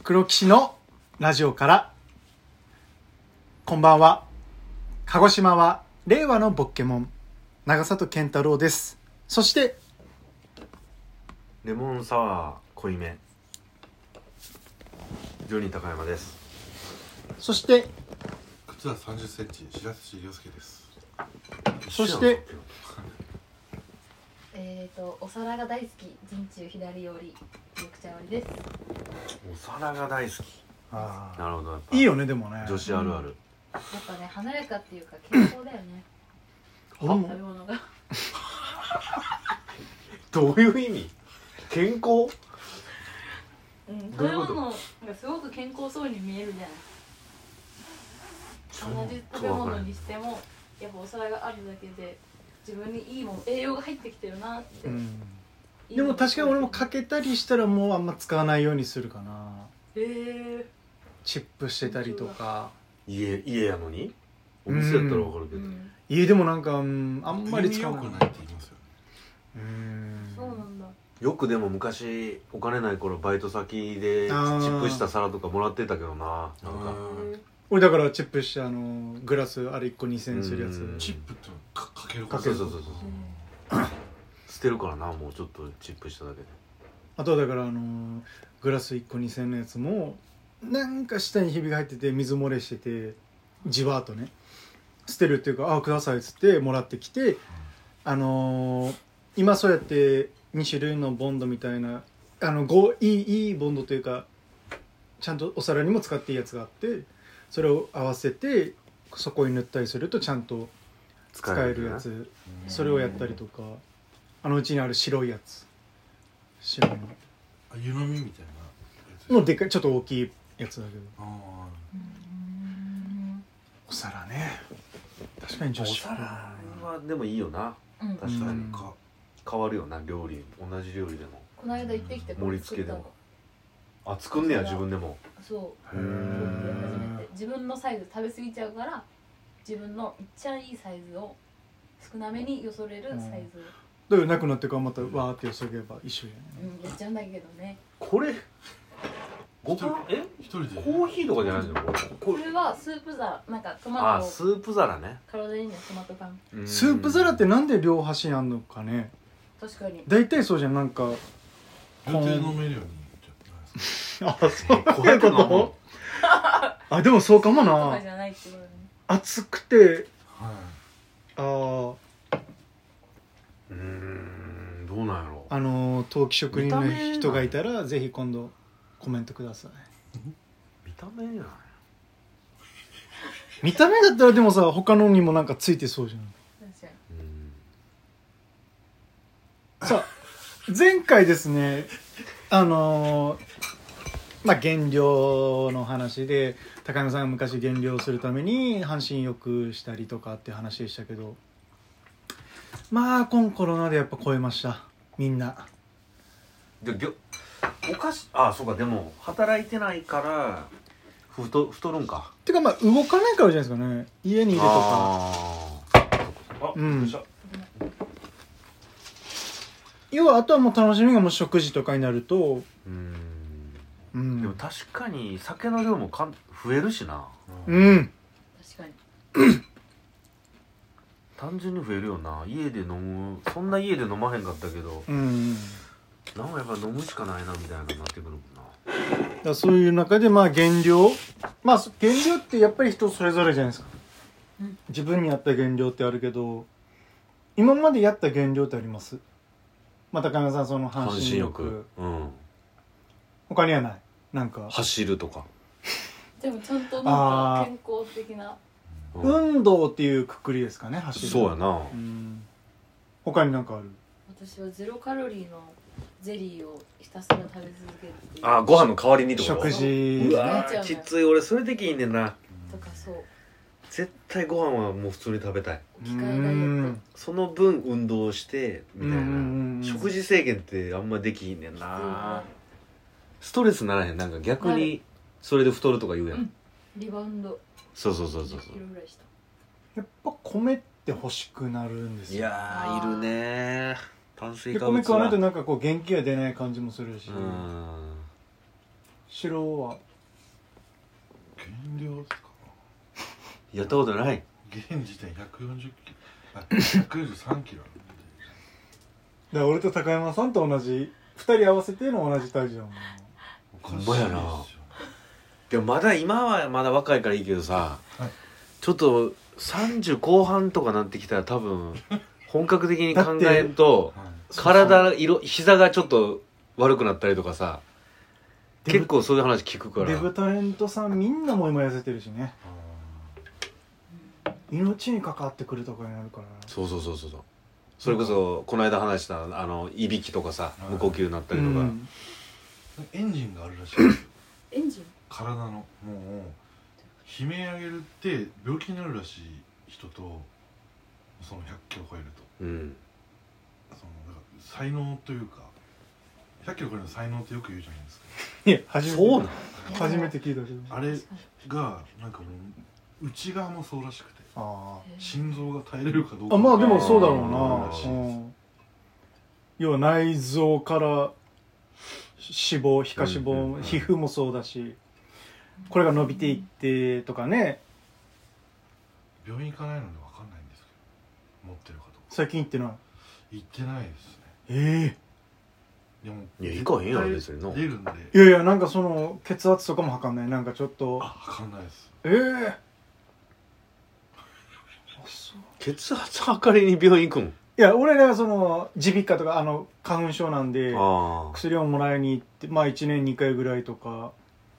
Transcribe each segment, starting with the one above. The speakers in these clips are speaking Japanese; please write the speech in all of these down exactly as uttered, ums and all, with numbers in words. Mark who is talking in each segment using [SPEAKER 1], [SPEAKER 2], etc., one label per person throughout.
[SPEAKER 1] 黒騎士のラジオから。こんばんは。鹿児島は令和のボッケモン長里健太郎です。そして
[SPEAKER 2] レモンサワー濃いめジョニー高山です。
[SPEAKER 1] そして
[SPEAKER 3] 靴はさんじゅっセンチ白土亮介です。
[SPEAKER 1] そして
[SPEAKER 4] えーとお皿が大好き陣中左寄り緑茶割りです。
[SPEAKER 2] お皿が大好き。
[SPEAKER 1] あ
[SPEAKER 2] なるほど。やっぱ
[SPEAKER 1] いいよね。でもね
[SPEAKER 2] 女子あるある、
[SPEAKER 4] やっぱね華やかっていうか健康だよね。
[SPEAKER 1] 俺も
[SPEAKER 4] 食べ物が
[SPEAKER 2] どういう意味？健康？
[SPEAKER 4] うん
[SPEAKER 2] どういうこと
[SPEAKER 4] 食べ物がすごく健康そうに見えるじゃない。同じ食べ物にしてもやっぱお皿があるだけで自分にいいもの栄養が入ってきてるなって、
[SPEAKER 1] うん、
[SPEAKER 4] いい
[SPEAKER 1] でも確かに俺もかけたりしたらもうあんま使わないようにするかな。
[SPEAKER 4] へー
[SPEAKER 1] チップしてたりとか。
[SPEAKER 2] 家家やのにお店やったらわかるけど、
[SPEAKER 4] うん
[SPEAKER 1] 家でもなんか、うん、あんまり使わない。
[SPEAKER 3] 良くないって言いますよね。
[SPEAKER 1] うーん
[SPEAKER 4] そうなんだ。
[SPEAKER 2] よくでも昔お金ない頃バイト先でチ
[SPEAKER 1] あー
[SPEAKER 2] ップした皿とかもらってたけどな。なんか
[SPEAKER 4] へー
[SPEAKER 1] 俺だからチップしてあのグラスあれいっこにせんするやつ。
[SPEAKER 2] うん
[SPEAKER 3] チップってかかける
[SPEAKER 1] かける
[SPEAKER 2] そうそうそうそう捨てるからな、もうちょっとチップしただけで。
[SPEAKER 1] あとはだからあのグラスいっこにせんのやつもなんか下にひびが入ってて水漏れしててじわーっとね捨てるっていうか、あくださいっつってもらってきて、あのー、今そうやってに種類のボンドみたいなあのごいいいいボンドというかちゃんとお皿にも使っていいやつがあって、それを合わせてそこに塗ったりするとちゃんと使えるやつ、それをやったりとか、あのうちにある白いやつ、白いの
[SPEAKER 3] あ湯飲みみたいなやつ
[SPEAKER 1] のでかいちょっと大きいやつだけど、
[SPEAKER 3] あ
[SPEAKER 4] うん
[SPEAKER 1] お皿ね、確かに女
[SPEAKER 2] お
[SPEAKER 1] 子
[SPEAKER 2] 皿はでもいいよな。
[SPEAKER 4] うん
[SPEAKER 2] 確かに
[SPEAKER 1] うん
[SPEAKER 3] か
[SPEAKER 2] 変わるよな、料理同じ料理でも。
[SPEAKER 4] この間行ってきて
[SPEAKER 2] 盛り付けでも
[SPEAKER 4] 作ったの。
[SPEAKER 2] あ、作んねや自分でも。
[SPEAKER 4] そう
[SPEAKER 1] へー
[SPEAKER 4] 初めて自分のサイズ食べ過ぎちゃうから自分のいっちゃいいサイズを少なめによそれるサイズを、
[SPEAKER 1] だからなくなってからまたわーってよそげば一緒じゃない。
[SPEAKER 4] うん、やっちゃうんだけどね。
[SPEAKER 2] これご飯え
[SPEAKER 3] 一人で
[SPEAKER 2] コーヒーとかじゃないのこれ。
[SPEAKER 4] これはスープ皿、なんかト
[SPEAKER 2] あ
[SPEAKER 4] マトを
[SPEAKER 2] スープ皿ね。
[SPEAKER 4] 体にねトマト缶。
[SPEAKER 1] スープ皿ってなんで両端にあんのかね。
[SPEAKER 4] 確かに
[SPEAKER 1] 大体そうじゃん、なんか
[SPEAKER 3] 予定飲めるようにじゃ
[SPEAKER 1] あ、そう
[SPEAKER 2] こうやって飲むの？
[SPEAKER 1] あ、でもそうかも
[SPEAKER 4] とか
[SPEAKER 1] な。
[SPEAKER 4] じゃないってことだね。
[SPEAKER 1] 熱くて
[SPEAKER 3] はい
[SPEAKER 1] あー
[SPEAKER 2] うーん、どうなんやろ。
[SPEAKER 1] あの陶器職人の
[SPEAKER 2] 見た目
[SPEAKER 1] 人がいたらぜひ今度コメントください。
[SPEAKER 2] 見た目やない。
[SPEAKER 1] 見た目だったらでもさ他のにもなんかついてそうじゃん。
[SPEAKER 4] 確かに。
[SPEAKER 2] うん。
[SPEAKER 1] さあ前回ですね、あのー、まあ減量の話で高山さんが昔減量するために半身浴したりとかって話でしたけど、まあ今コロナでやっぱ超えましたみんな。
[SPEAKER 2] でぎょおかしあそうか、でも働いてないから太太るんか。
[SPEAKER 1] てかまあ動かないからじゃないですかね、家にいるとか。
[SPEAKER 2] あーあ、
[SPEAKER 1] うん
[SPEAKER 2] びっくりした。
[SPEAKER 1] 要はあとはもう楽しみがもう食事とかになると、
[SPEAKER 2] うーん
[SPEAKER 1] うん
[SPEAKER 2] でも確かに酒の量もかん増えるしな。
[SPEAKER 1] うん
[SPEAKER 4] 確かに。
[SPEAKER 2] 単純に増えるよな。家で飲む、そんな家で飲まへんかったけど、
[SPEAKER 1] うん
[SPEAKER 2] なんかやっぱ飲むしかないなみたいなのになってくるもんな。
[SPEAKER 1] だからそういう中でまあ減量、まあ減量ってやっぱり人それぞれじゃないですか、
[SPEAKER 4] うん、
[SPEAKER 1] 自分に合った減量ってあるけど、今までやった減量ってあります？また高山さんその半
[SPEAKER 2] 半
[SPEAKER 1] 身浴
[SPEAKER 2] 身浴、うん、
[SPEAKER 1] 他にはない？なんか
[SPEAKER 2] 走るとか、
[SPEAKER 4] でもちゃんとなんか健康的な。
[SPEAKER 2] うん
[SPEAKER 1] 運動っていうくくりですかね、走る。
[SPEAKER 2] そうやな。
[SPEAKER 1] うん他になんかある？
[SPEAKER 4] 私はゼロカロリーのゼリーをひたすら食べ続けるっていう。
[SPEAKER 2] あ、ご飯の代わりにってこと？
[SPEAKER 1] 食事
[SPEAKER 2] うわーきつい。俺それできんねんな。
[SPEAKER 4] とかそう。
[SPEAKER 2] 絶対ご飯はもう普通に食べたい。
[SPEAKER 4] 機械ダイエット。
[SPEAKER 2] その分運動してみたい
[SPEAKER 1] うんうんうん
[SPEAKER 2] な。食事制限ってあんまできんねんな。ストレスならへん。なんか逆にそれで太るとか言うやん、
[SPEAKER 4] うん、リバウンド
[SPEAKER 2] そうそうそうそう
[SPEAKER 4] じゅっキロぐらいした。
[SPEAKER 1] やっぱ米って欲しくなるんですよ。
[SPEAKER 2] いやーいるねー。炭水
[SPEAKER 1] で
[SPEAKER 2] 化物は
[SPEAKER 1] 米食わないとなんかこう元気が出ない感じもするし、
[SPEAKER 2] うん
[SPEAKER 1] 白は
[SPEAKER 3] 減量ですか。
[SPEAKER 2] やったことない。
[SPEAKER 3] 現時点ひゃくよんじゅっキロ、あ、ひゃくよんじゅうさんキロあるんで。
[SPEAKER 1] だから俺と高山さんと同じふたり合わせての同じ体重だもんな。
[SPEAKER 3] おかしいです
[SPEAKER 2] ほんまやなでもまだ今はまだ若いからいいけどさ、
[SPEAKER 3] はい、
[SPEAKER 2] ちょっとさんじゅう後半とかなってきたら多分本格的に考えんと
[SPEAKER 3] はい、
[SPEAKER 2] 体色膝がちょっと悪くなったりとかさ、
[SPEAKER 1] デブ
[SPEAKER 2] 結構そういう話聞くから。
[SPEAKER 1] デブタレントさんみんなも今痩せてるしね。命に関わってくるとかになるから。
[SPEAKER 2] そうそうそうそうそう。それこそこの間話したあのいびきとかさ、
[SPEAKER 3] はい
[SPEAKER 2] 無呼吸になったりとか、
[SPEAKER 1] うん
[SPEAKER 3] エンジンがあるらしいんですよ。
[SPEAKER 4] エンジン
[SPEAKER 3] 体のもう悲鳴上げるって病気になるらしい人と、そのひゃっキロ超えると、
[SPEAKER 2] うん
[SPEAKER 3] そのだから才能というか、ひゃっキロ超えるの才能ってよく言うじゃないですか。
[SPEAKER 1] いや初めて
[SPEAKER 2] そうなん
[SPEAKER 1] 初めて聞いたけど。
[SPEAKER 3] あれがなんかもう内側もそうらしくて、
[SPEAKER 1] あ
[SPEAKER 3] 心臓が耐えれるかどうか。
[SPEAKER 1] あまあでもそうだろう
[SPEAKER 3] ら
[SPEAKER 1] な、
[SPEAKER 3] しいです。
[SPEAKER 1] うん、要は内臓から脂肪皮下脂肪、
[SPEAKER 2] うんうんうん
[SPEAKER 1] 皮膚もそうだし、これが伸びていってとかね。
[SPEAKER 3] 病院行かないので分かんないんですけど、持ってるかどうか。
[SPEAKER 1] 最近行ってない。
[SPEAKER 3] 行ってないですね。
[SPEAKER 1] え
[SPEAKER 3] でも
[SPEAKER 2] いや行かへんやろ別にな
[SPEAKER 3] 出るんで。
[SPEAKER 1] えいやいや、なんかその血圧とかも測んない。なんかちょっと
[SPEAKER 3] あ、分かんないです。
[SPEAKER 1] ええあそう
[SPEAKER 2] 血圧測りに病院行くん？
[SPEAKER 1] いや俺らはその耳鼻科とかあの花粉症なんで
[SPEAKER 2] ああ
[SPEAKER 1] 薬をもらいに行ってまあいちねんにかいぐらいとか。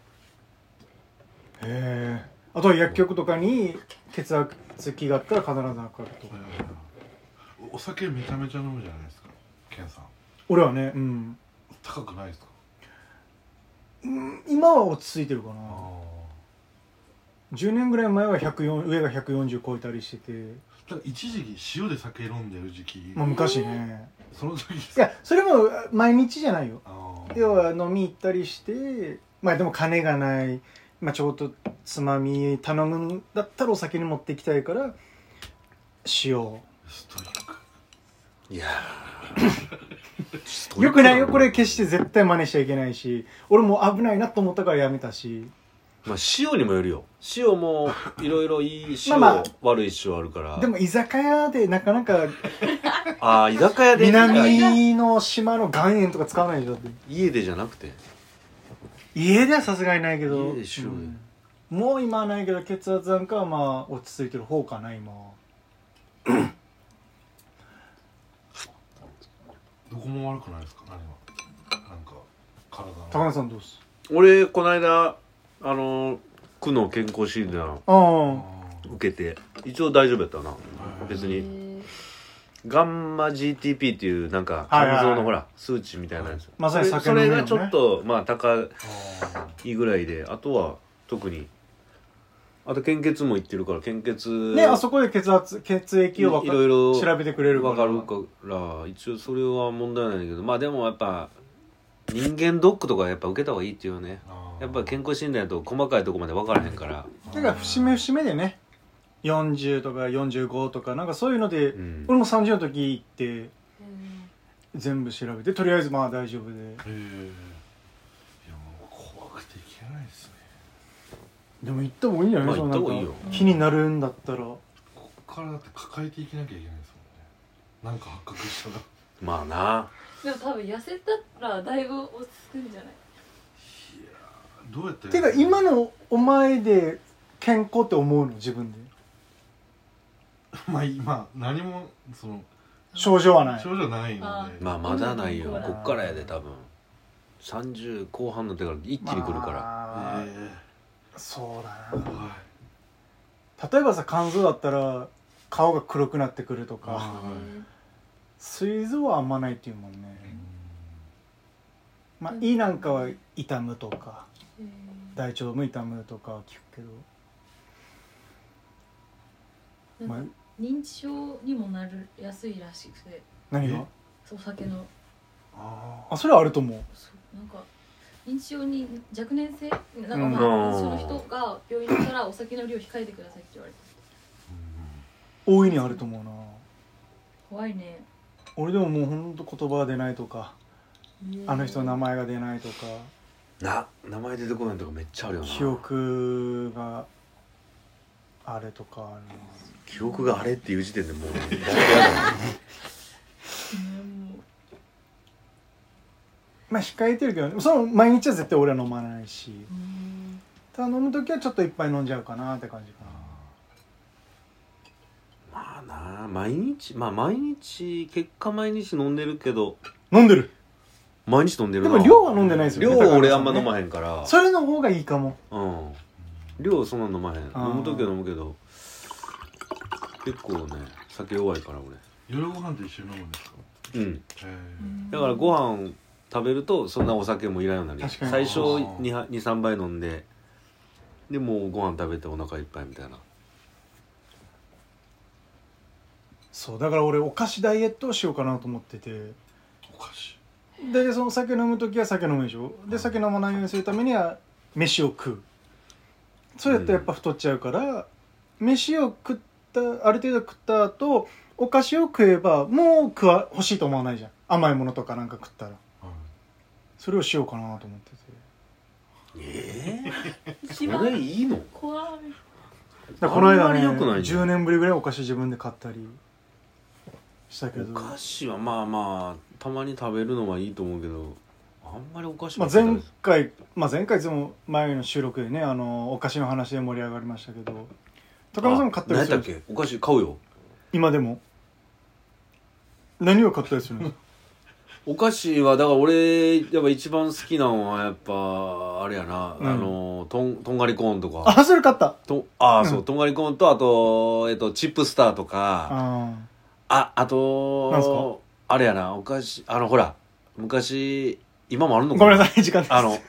[SPEAKER 1] へえ。あとは薬局とかに血圧計があったら必ず測ると。
[SPEAKER 3] おお酒めちゃめちゃ飲むじゃないですか、ケンさん。
[SPEAKER 1] 俺はね、うん、
[SPEAKER 3] 高くないですか？
[SPEAKER 1] うん、今は落ち着いてるかな。
[SPEAKER 3] あ
[SPEAKER 1] じゅうねんぐらい前はひゃくよん上がひゃくよんじゅう超えたりしてて、
[SPEAKER 3] あ。だから一時期塩で酒飲んでる時期、
[SPEAKER 1] まあ、昔ね。
[SPEAKER 3] その時です
[SPEAKER 1] いやそれも毎日じゃないよ。
[SPEAKER 3] あー
[SPEAKER 1] 要は飲み行ったりしてまあでも金がない、まあ、ちょっとつまみ頼むんだったらお酒に持っていきたいから塩。
[SPEAKER 3] ストイック。
[SPEAKER 2] いや
[SPEAKER 1] よくないよこれ。決して絶対真似しちゃいけないし、俺も危ないなと思ったからやめたし。
[SPEAKER 2] まあ塩にもよるよ。塩もいろいろいい塩、
[SPEAKER 1] まあまあ
[SPEAKER 2] 悪い塩あるから。
[SPEAKER 1] でも居酒屋でなかなか
[SPEAKER 2] ああ居酒屋で
[SPEAKER 1] 南の島の岩塩とか使わないでしょ。だって
[SPEAKER 2] 家でじゃなくて
[SPEAKER 1] 家ではさすがにないけど、
[SPEAKER 2] 家でしょうよ
[SPEAKER 1] うんもう今はないけど血圧なんかはまあ落ち着いてる方かな今は。
[SPEAKER 3] どこも悪くないですか？何はなんか体の。
[SPEAKER 1] 高野さんどうっす？
[SPEAKER 2] 俺この間あの区の健康診断
[SPEAKER 1] ああ
[SPEAKER 2] 受けて一応大丈夫やったな。別に
[SPEAKER 4] に
[SPEAKER 2] ガンマ ジーティーピー っていうなんか
[SPEAKER 1] はいはいはい
[SPEAKER 2] 肝臓のほら数値みたいなやつ、
[SPEAKER 1] まさに
[SPEAKER 2] それ
[SPEAKER 1] 酒飲めるのね
[SPEAKER 2] それがちょっとまあ高
[SPEAKER 3] あー
[SPEAKER 2] いぐらいで、あとは特にあと献血も行ってるから献血
[SPEAKER 1] ね、あそこで血圧血液をわか
[SPEAKER 2] いろいろ
[SPEAKER 1] 調べてくれるから
[SPEAKER 2] 分かるから一応それは問題ないんだけど、まあでもやっぱ人間ドックとかやっぱ受けた方がいいっていうね。
[SPEAKER 3] あー
[SPEAKER 2] やっぱ健康診断やと細かいとこまで分からへんから、
[SPEAKER 1] だから節目節目でねよんじゅうとかよんじゅうごとかなんかそういうので、
[SPEAKER 2] うん
[SPEAKER 1] 俺もさんじゅうの時行って全部調べてとりあえずまあ大丈夫で。
[SPEAKER 3] へえ。いやもう怖くていけないですね。
[SPEAKER 1] でも行った方がいいんじゃない？
[SPEAKER 2] まあ
[SPEAKER 1] その
[SPEAKER 2] 行った方がいいよ
[SPEAKER 1] なんか気になるんだったら。
[SPEAKER 3] こっからだって抱えていけなきゃいけないですもんね。なんか発覚したら。
[SPEAKER 2] まあな
[SPEAKER 4] でも多分痩せたらだいぶ落ち着くんじゃない？
[SPEAKER 3] どうやって？
[SPEAKER 1] てか今のお前で健康って思うの自分で？
[SPEAKER 3] まあ今何もその
[SPEAKER 1] 症状はない。
[SPEAKER 3] 症状ないので。
[SPEAKER 4] あ
[SPEAKER 2] まあまだないよ。
[SPEAKER 4] うん
[SPEAKER 2] こっからやで多分さんじゅう後半の手から一気に来るから、
[SPEAKER 1] まあ
[SPEAKER 3] え
[SPEAKER 1] そうだ
[SPEAKER 3] え
[SPEAKER 1] な。
[SPEAKER 3] は
[SPEAKER 1] 例えばさ肝臓だったら顔が黒くなってくると
[SPEAKER 3] い。
[SPEAKER 1] か、
[SPEAKER 3] はい
[SPEAKER 1] 膵臓はあんまないっていうもんね。まあ胃なんかは痛むとか
[SPEAKER 4] へー
[SPEAKER 1] 大腸も痛むとかは聞くけど、まあ
[SPEAKER 4] なんか認知症にもなるやすいらしくて、
[SPEAKER 1] 何が
[SPEAKER 3] え
[SPEAKER 4] お酒の
[SPEAKER 3] あ
[SPEAKER 1] あそれはあると思う。
[SPEAKER 4] そうなんか認知症に若年性なんかまあ
[SPEAKER 1] うん
[SPEAKER 4] 認知症の人が病院に行ったらお酒の量控えてくださいって言われて
[SPEAKER 1] 大いにあると思うな。
[SPEAKER 4] 怖いね。
[SPEAKER 1] 俺でももうほんと言葉が出ないとかあの人の名前が出ないとか
[SPEAKER 2] な名前出てこないとかめっちゃあるよな。
[SPEAKER 1] 記憶があれとかある
[SPEAKER 2] 記憶があれっていう時点でもうだいぶやだな
[SPEAKER 1] まあ控えてるけど、ね、その毎日は絶対俺は飲まないし、ただ飲む時はちょっといっぱい飲んじゃうかなって感じかな。
[SPEAKER 2] まあな毎日まあ毎日結果毎日飲んでるけど
[SPEAKER 1] 飲んでる。
[SPEAKER 2] 毎日飲んでるな。
[SPEAKER 1] でも量は飲んでないですよね。
[SPEAKER 2] 量俺あんま
[SPEAKER 1] ね
[SPEAKER 2] 飲まへんから
[SPEAKER 1] それの方がいいかも。
[SPEAKER 2] うん量そんな飲まへん。
[SPEAKER 1] あー
[SPEAKER 2] 飲む時は飲むけど結構ね酒弱いから俺。
[SPEAKER 3] 夜ご飯と一緒に飲むんですか？
[SPEAKER 2] うん
[SPEAKER 3] へえ。
[SPEAKER 2] だからご飯食べるとそんなお酒もいらんようになる。
[SPEAKER 1] 確かに
[SPEAKER 2] 最初 にさんばい飲んででもうご飯食べてお腹いっぱいみたいな。
[SPEAKER 1] そうだから俺お菓子ダイエットをしようかなと思ってて、
[SPEAKER 3] お菓子。
[SPEAKER 1] でその酒飲む時は酒飲むでしょ。で酒飲まないようにするためには飯を食う。そうやってやっぱ太っちゃうから、うん、飯を食ったある程度食った後お菓子を食えばもう食わ欲しいと思わないじゃん。甘いものとかなんか食ったら、はい、それをしようかなと思ってて。
[SPEAKER 2] ええー、それいいの？
[SPEAKER 4] 怖い。
[SPEAKER 1] だこの間ね
[SPEAKER 2] あんまり良くないんだ
[SPEAKER 1] じゅうねんぶりぐらいお菓子自分で買ったりしたけど、
[SPEAKER 2] お菓子はまあまあたまに食べるのはいいと思うけどあんまりお菓子は、
[SPEAKER 1] まあ、前回、まあ、前回いつも前の収録でねあのお菓子の話で盛り上がりましたけど高山さんも買ったりする。
[SPEAKER 2] 何やったっけ？お菓子買うよ
[SPEAKER 1] 今でも。何を買ったりするの？
[SPEAKER 2] お菓子はだから俺やっぱ一番好きなのはやっぱあれやな、うん、あのとんとんがりコーンとか。
[SPEAKER 1] あそれ買った
[SPEAKER 2] とあ、うん、そうとんがりコーンとあと、えっと、チップスターとか
[SPEAKER 1] あ
[SPEAKER 2] ああと
[SPEAKER 1] なんすか？
[SPEAKER 2] あれやなお菓子あのほら昔今もあるのかな。
[SPEAKER 1] ごめんなさい時間です。
[SPEAKER 2] あの